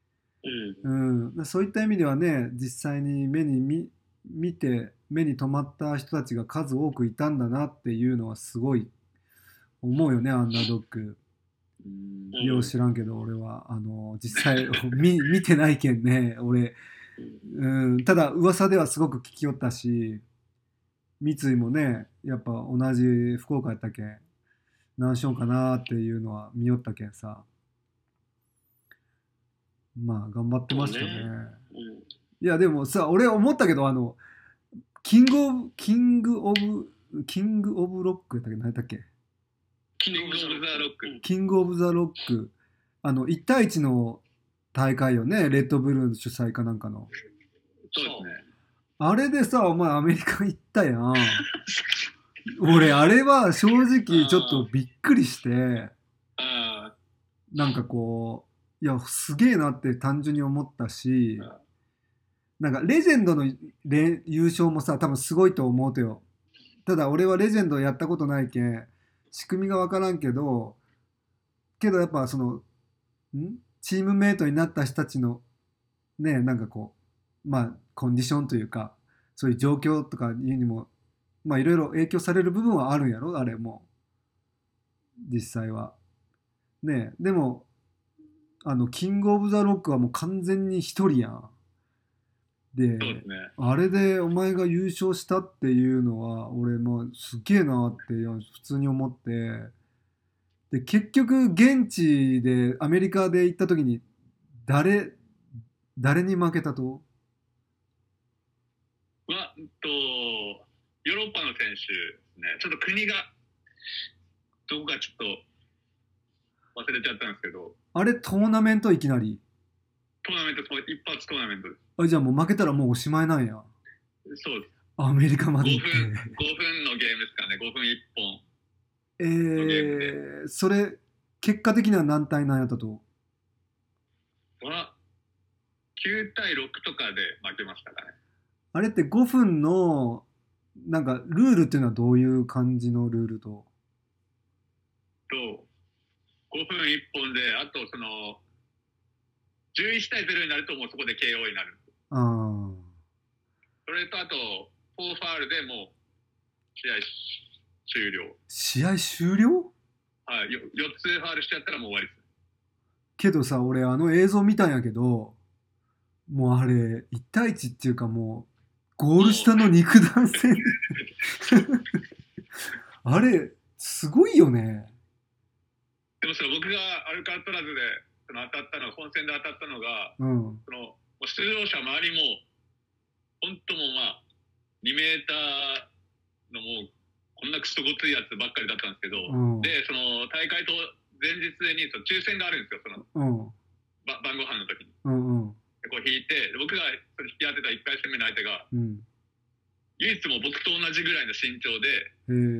そういった意味ではね、実際に見て目に留まった人たちが数多くいたんだなっていうのはすごい思うよね、アンダードッグ。よう知らんけど俺は実際見てないけんね俺、ただ噂ではすごく聞きよったし、三井もねやっぱ同じ福岡やったけん何しようかなっていうのは見よったけんさ、まあ頑張ってましたね。いやでもさ、俺思ったけどキングオブロックやったっけ、何やったっけ、 キングオブザロック。 キングオブザロック、1対1の大会よね、レッドブルー主催かなんかの。 そうですね。 あれでさ、お前アメリカ行ったやん。俺あれは正直ちょっとびっくりして、なんかこういやすげえなって単純に思ったし、なんかレジェンドの優勝もさ多分すごいと思うとよ。ただ俺はレジェンドやったことないけん仕組みが分からんけどやっぱそのチームメイトになった人たちのね、なんかこうまあコンディションというかそういう状況とかいうにもまあいろいろ影響される部分はあるんやろ、あれも実際はね。でもキングオブザロックはもう完全に一人やん。で、あれでお前が優勝したっていうのは俺もすげえなって普通に思って、で結局現地でアメリカで行った時に誰に負けたとヨーロッパの選手ですね。ちょっと国がどこかちょっと忘れちゃったんですけど、 あれトーナメントいきなり一発トーナメントです。 じゃあもう負けたらもうおしまいなんや。 そうです。 アメリカまで行って 5分のゲームですかね。5分1本。 それ結果的には何対何やったとは9対6とかで負けましたかね。 あれって5分のなんかルールっていうのはどういう感じのルールと 5分1本で、あとその11対0になるともうそこで KO になる。それとあと4ファウルでもう試合終了。 試合終了？ はい、4つファウルしちゃったらもう終わりです。 けどさ、俺映像見たんやけど、もうあれ1対1っていうかもうゴール下の肉弾戦あれすごいよね。 でも僕がアルカントラズで当たったの、本戦で当たったのが、 うん、 もう出場者周りも本当もまあ2メーターのもうこんなクソごついやつばっかりだったんですけど、で大会と前日に抽選があるんですよ、晩ご飯の時に。でこう引いて、僕が引き当てた1回戦目の相手が、唯一も僕と同じぐらいの身長で、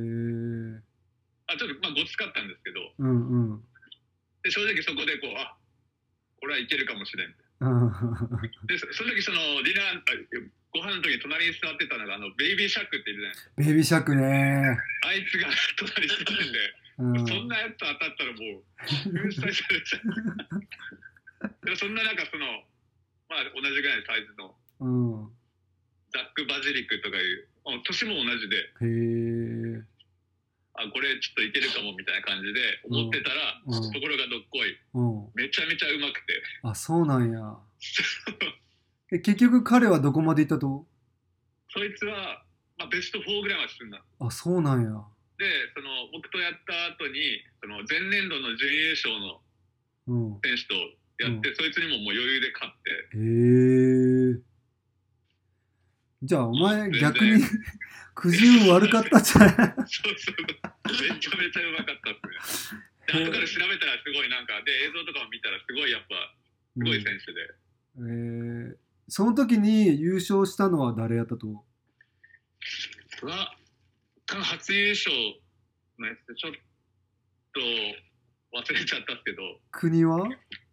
ちょっとごつかったんですけど、で正直そこでこれはいけるかもしれん。でその時ディナーご飯の時に隣に座ってたのがベイビーシャックっているじゃないですか。 ベイビーシャックね。 あいつが隣に座ってんで、そんなやつと当たったらもう粉砕されちゃう。でもそんな中まあ同じぐらいのサイズのザック・バジリックとかいう年も同じで、これちょっといけるかもみたいな感じで思ってたら、ところがどっこい、めちゃめちゃうまくて。 あ、そうなんや。結局彼はどこまで行ったと？ そいつは、ベスト4ぐらいは進んだ。 あ、そうなんや。 で僕とやった後に前年度の準優勝の選手とやって、そいつにももう余裕で勝って。 じゃあお前逆にくじ運悪かったじゃん。 そうめちゃめちゃうまかったっすね。で後から調べたらすごいで映像とかも見たらすごいやっぱすごい選手で。 その時に優勝したのは誰やったと？ 初優勝のやつでちょっと忘れちゃったっすけど。 国は？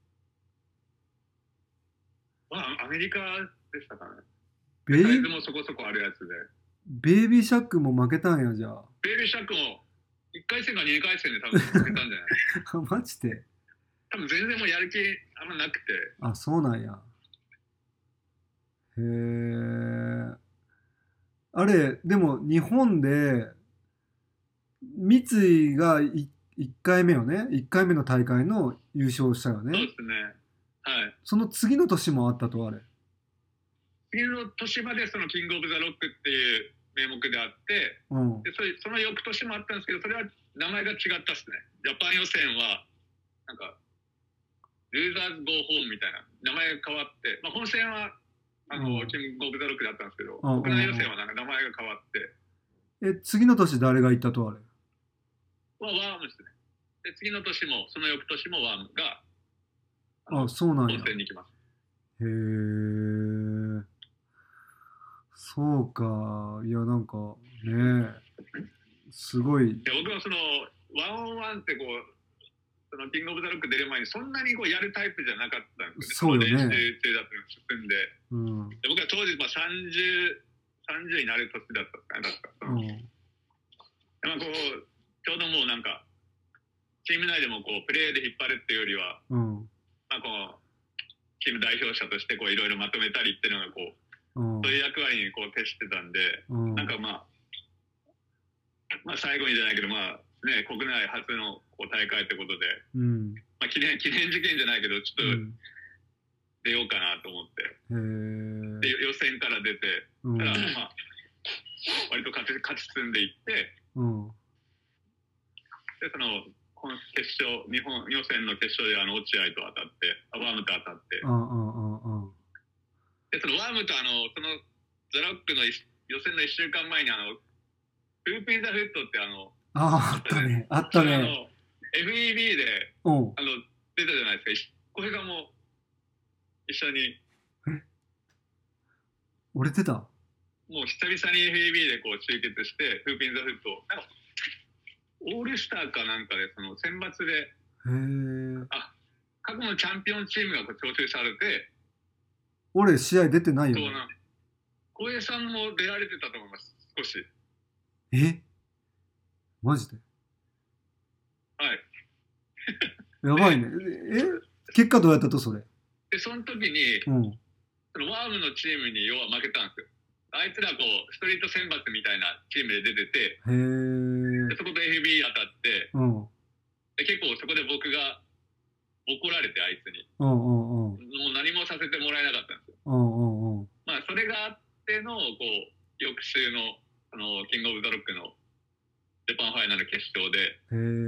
アメリカでしたかね。 サイズもそこそこあるやつで。 ベイビーシャックも負けたんや。じゃあベイビーシャックも1回戦か2回戦で多分負けたんじゃないマジで？ 多分全然もうやる気あんまなくて。 あ、そうなんや。へえ。あれでも日本で三井が1回目よね。1回目の大会の優勝したよね。 そうですね。はい。 その次の年もあったと。あれ次の年までキングオブザロックっていう名目であって、でその翌年もあったんですけど、それは名前が違ったっすね。ジャパン予選はルーザーズ・ゴー・ホームみたいな名前が変わって、本戦はキングオブザロックだったんですけど、国内予選は名前が変わって。 次の年誰が行ったと？あれワームですね。で次の年もその翌年もワームがそうなんや。 本戦に行きます。 へえ。そうか。いやなんかねすごい。 僕はワンオンワンってキングオブザロック出る前にそんなにやるタイプじゃなかったんですよね。そうよね。 練習だったのが進んで、で僕は当時30になる年だったんですかね。ちょうどもうチーム内でもプレーで引っ張るっていうよりは、チーム代表者としていろいろまとめたりっていうのがそういう役割に徹してたんで、最後にじゃないけど国内初の大会ってことで、記念事件じゃないけどちょっと出ようかなと思って、で予選から出て、たら割と勝ち進んでいって、で決勝、日本予選の決勝で落合と当たって、ワームと当たって、でワームとザロックの予選の1週間前にフープ・イン・ザ・フットってあったね。あったね。 FEB で出たじゃないですか。小平さんも一緒に。 俺出た？ もう久々に FEB で集結して、フープ・イン・ザ・フット。オールスターかなんかで選抜で、過去のチャンピオンチームが招集されて。 俺試合出てないよね。 小平さんも出られてたと思います、少し。 マジで？ はい。 やばいね。結果どうやったと？それでその時に、ワームのチームに要は負けたんですよ。あいつらストリート選抜みたいなチームで出てて、 でそこと AFB 当たって、で結構そこで僕が怒られて、あいつにもう何もさせてもらえなかったんですよ。まあそれがあってのこう翌週のキングオブザロックのジャパンファイナル決勝で、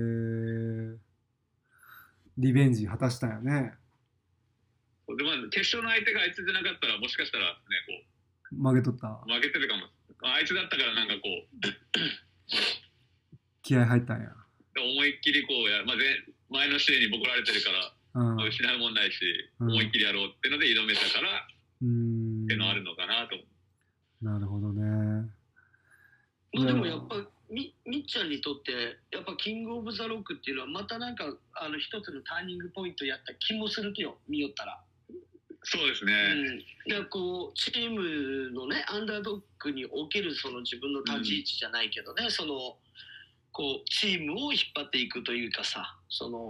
リベンジ果たしたよね。 でまあ決勝の相手があいつじゃなかったら、もしかしたらね、こう負けとった。 負けてるかも。あいつだったからなんかこう気合入ったんや。 思いっきりこうまあ、前の試合にボコられてるから失うもんないし、思いっきりやろうってので挑めたからっていうのあるのかなと思う。 なるほどね。 まあでもやっぱみっちゃんにとってやっぱキングオブザロックっていうのはまたなんか一つのターニングポイントやった気もするよ、見よったら。 そうですね。 いやこうチームのねアンダードッグにおけるその自分の立ち位置じゃないけどね、そのこうチームを引っ張っていくというかさ、その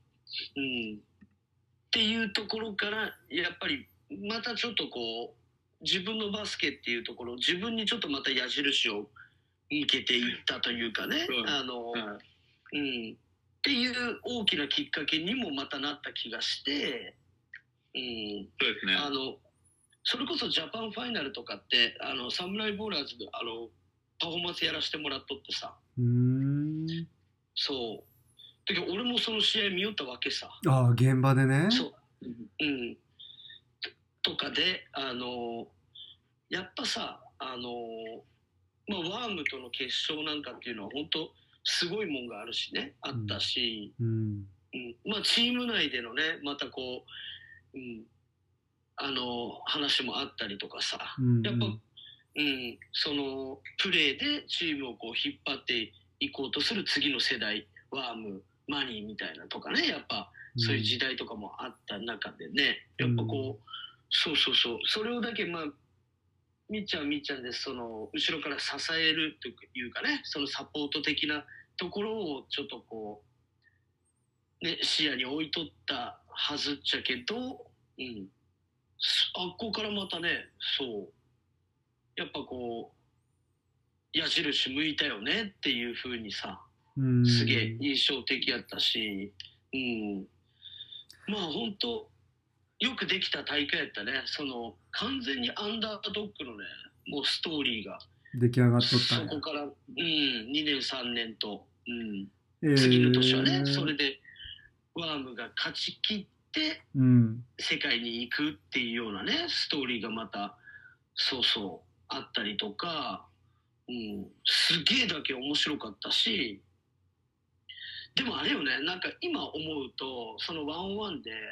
っていうところからやっぱりまたちょっとこう自分のバスケっていうところ、自分にちょっとまた矢印を向けていったというかね、っていう大きなきっかけにもまたなった気がして、 そうですね。 それこそジャパンファイナルとかってサムライボーラーズでパフォーマンスやらせてもらっとってさ、そうだけど俺もその試合見よったわけさ。 現場でね。 そうとかでやっぱさまあ、ワームとの決勝なんかっていうのは本当すごいもんがあるしね、あったし、まあチーム内でのねまたこう、話もあったりとかさ、やっぱ、そのプレーでチームをこう引っ張っていこうとする次の世代、ワーム、マニーみたいなとかね、やっぱそういう時代とかもあった中でね、やっぱこう、それをだけまあみっちゃんでその後ろから支えるというかね、そのサポート的なところをちょっとこうね視野に置いとったはずっちゃけど、あっこからまたね、そうやっぱこう矢印向いたよねっていう風にさ、すげえ印象的やったし、まあ本当よくできた大会やったね。その完全にアンダードッグのねもうストーリーが出来上がっとったんや。 そこから2年3年と、次の年はねそれでワームが勝ち切って世界に行くっていうようなねストーリーがまたあったりとか、すげえだけ面白かったし、でもあれよね、なんか今思うとその1-1で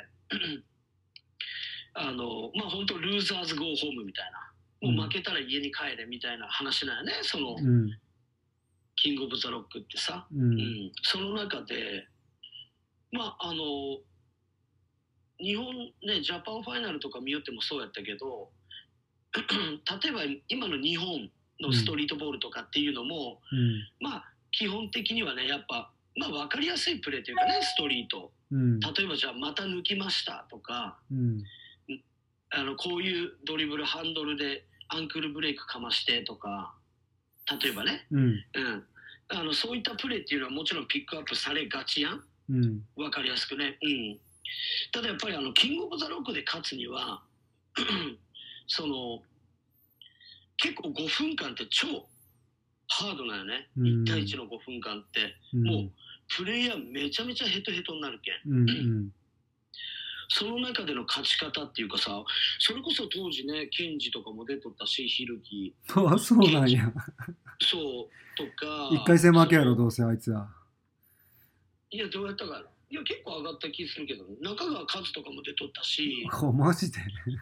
まあ本当ルーザーズゴーホームみたいな、もう負けたら家に帰れみたいな話なんよね、その、キングオブザロックってさ、その中でまあ日本ねジャパンファイナルとか見よってもそうやったけど例えば今の日本のストリートボールとかっていうのも、まあ基本的にはねやっぱまあ分かりやすいプレーというかね、ストリート、例えばじゃあまた抜きましたとか、こういうドリブルハンドルでアンクルブレイクかましてとか、例えばね、そういったプレーっていうのはもちろんピックアップされがちやん、分かりやすくね、ただやっぱりキングオブザロックで勝つにはその結構5分間って超ハードなよね、1対1の5分間って、もうプレイヤーめちゃめちゃヘトヘトになるけん、その中での勝ち方っていうかさ、それこそ当時ねケンジとかも出とったし、ヒルキそうなんやそうとか 1回戦負けやろどうせあいつは。 いやどうやったかな、いや結構上がった気するけど、中川和とかも出とったしマジで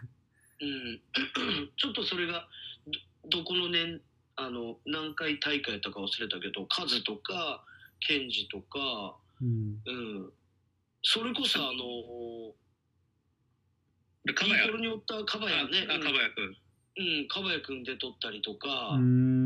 ちょっとそれがどこの年何回大会やったか忘れたけど、カズとかケンジとか、それこそイートルにおったカバヤね、カバヤ君出とったりとか、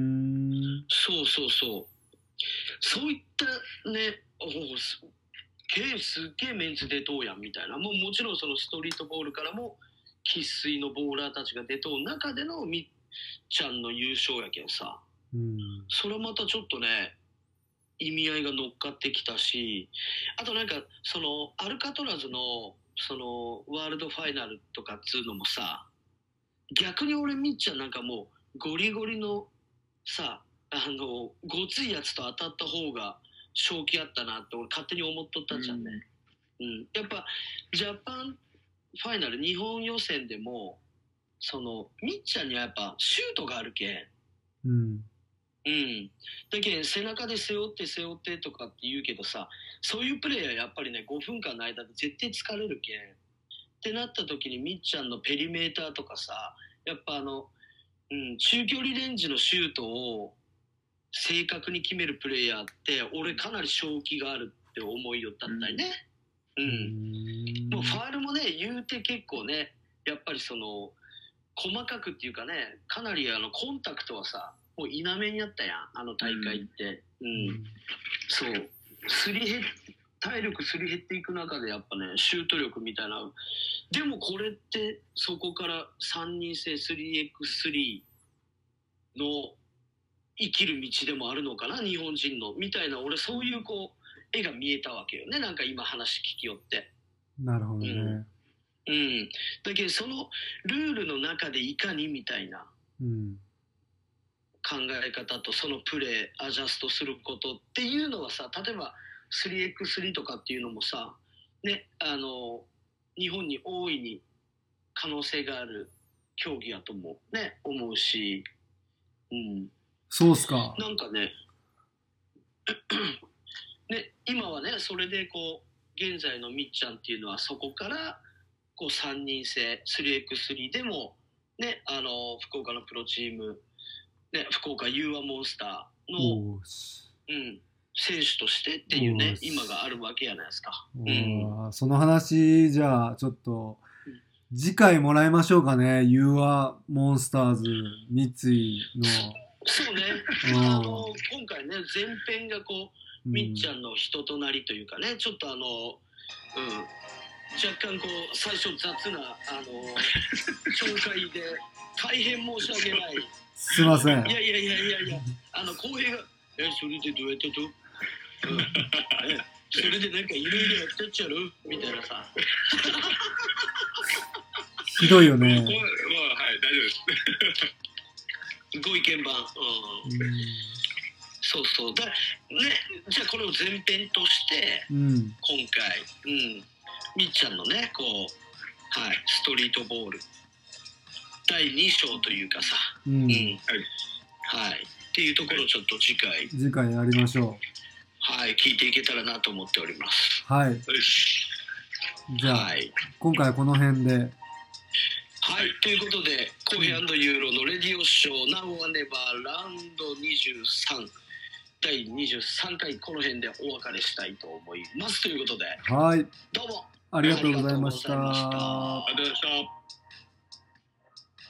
そういったね、すっげえメンツ出とうやんみたいな、もちろんそのストリートボールからも生粋のボーラーたちが出とう中でのみっちゃんの優勝やけんさ、それはまたちょっとね意味合いが乗っかってきたし、あとなんかそのアルカトラズのそのワールドファイナルとかっつうのもさ、逆に俺みっちゃんなんかもうゴリゴリのさ、ごついやつと当たった方が正気あったなって俺勝手に思っとったじゃんね。やっぱジャパンファイナル日本予選でもそのみっちゃんにはやっぱシュートがあるけん。だけど背中で背負ってとかって言うけどさ、そういうプレーはやっぱりね5分間の間で絶対疲れるけんってなった時にみっちゃんのペリメーターとかさ、やっぱ中距離レンジのシュートを正確に決めるプレイヤーって俺かなり正気があるって思いよったんだよね。もうファールもね言うて結構ね、やっぱりその細かくっていうかね、かなりコンタクトはさもう否めにあったやん大会って。そう体力すり減っていく中でやっぱねシュート力みたいな。でもこれってそこから3人制 3x3 の生きる道でもあるのかな日本人のみたいな、俺そういうこう絵が見えたわけよね、なんか今話聞きよって。 なるほどね。 だけどそのルールの中でいかにみたいな考え方とそのプレーアジャストすることっていうのはさ、例えば 3x3 とかっていうのもさね、日本に大いに可能性がある競技やと思うし、 そうっすか。 なんかねね、今はねそれでこう現在のみっちゃんっていうのはそこからこう3人制 3x3 でもね、福岡のプロチーム、ね、福岡 U1 モンスターの、選手としてっていうね今があるわけやないですか。 その話じゃあちょっと次回もらいましょうかね。 U1 モンスターズ三井の。 そうね、今回ね前編がこうみっちゃんの人となりというかね、ちょっと若干こう最初雑な紹介で大変申し訳ない。 すいません。 いや浩平がそれでどうやってと、それでなんかいろいろやったっちゃろみたいなさひどいよね。 はい、大丈夫です。 ご意見番。そうだね。じゃあこれを前編として、今回、みっちゃんのねこう、ストリートボール第2章というかさ、っていうところをちょっと次回やりましょう。聞いていけたらなと思っております。 じゃあ、今回はこの辺で。 ということで、コーヘ&ユーロのレディオショー、Now or Never ラウンド23、第23回、この辺でお別れしたいと思います。ということで、どうもありがとうございました。 ありがとうございました。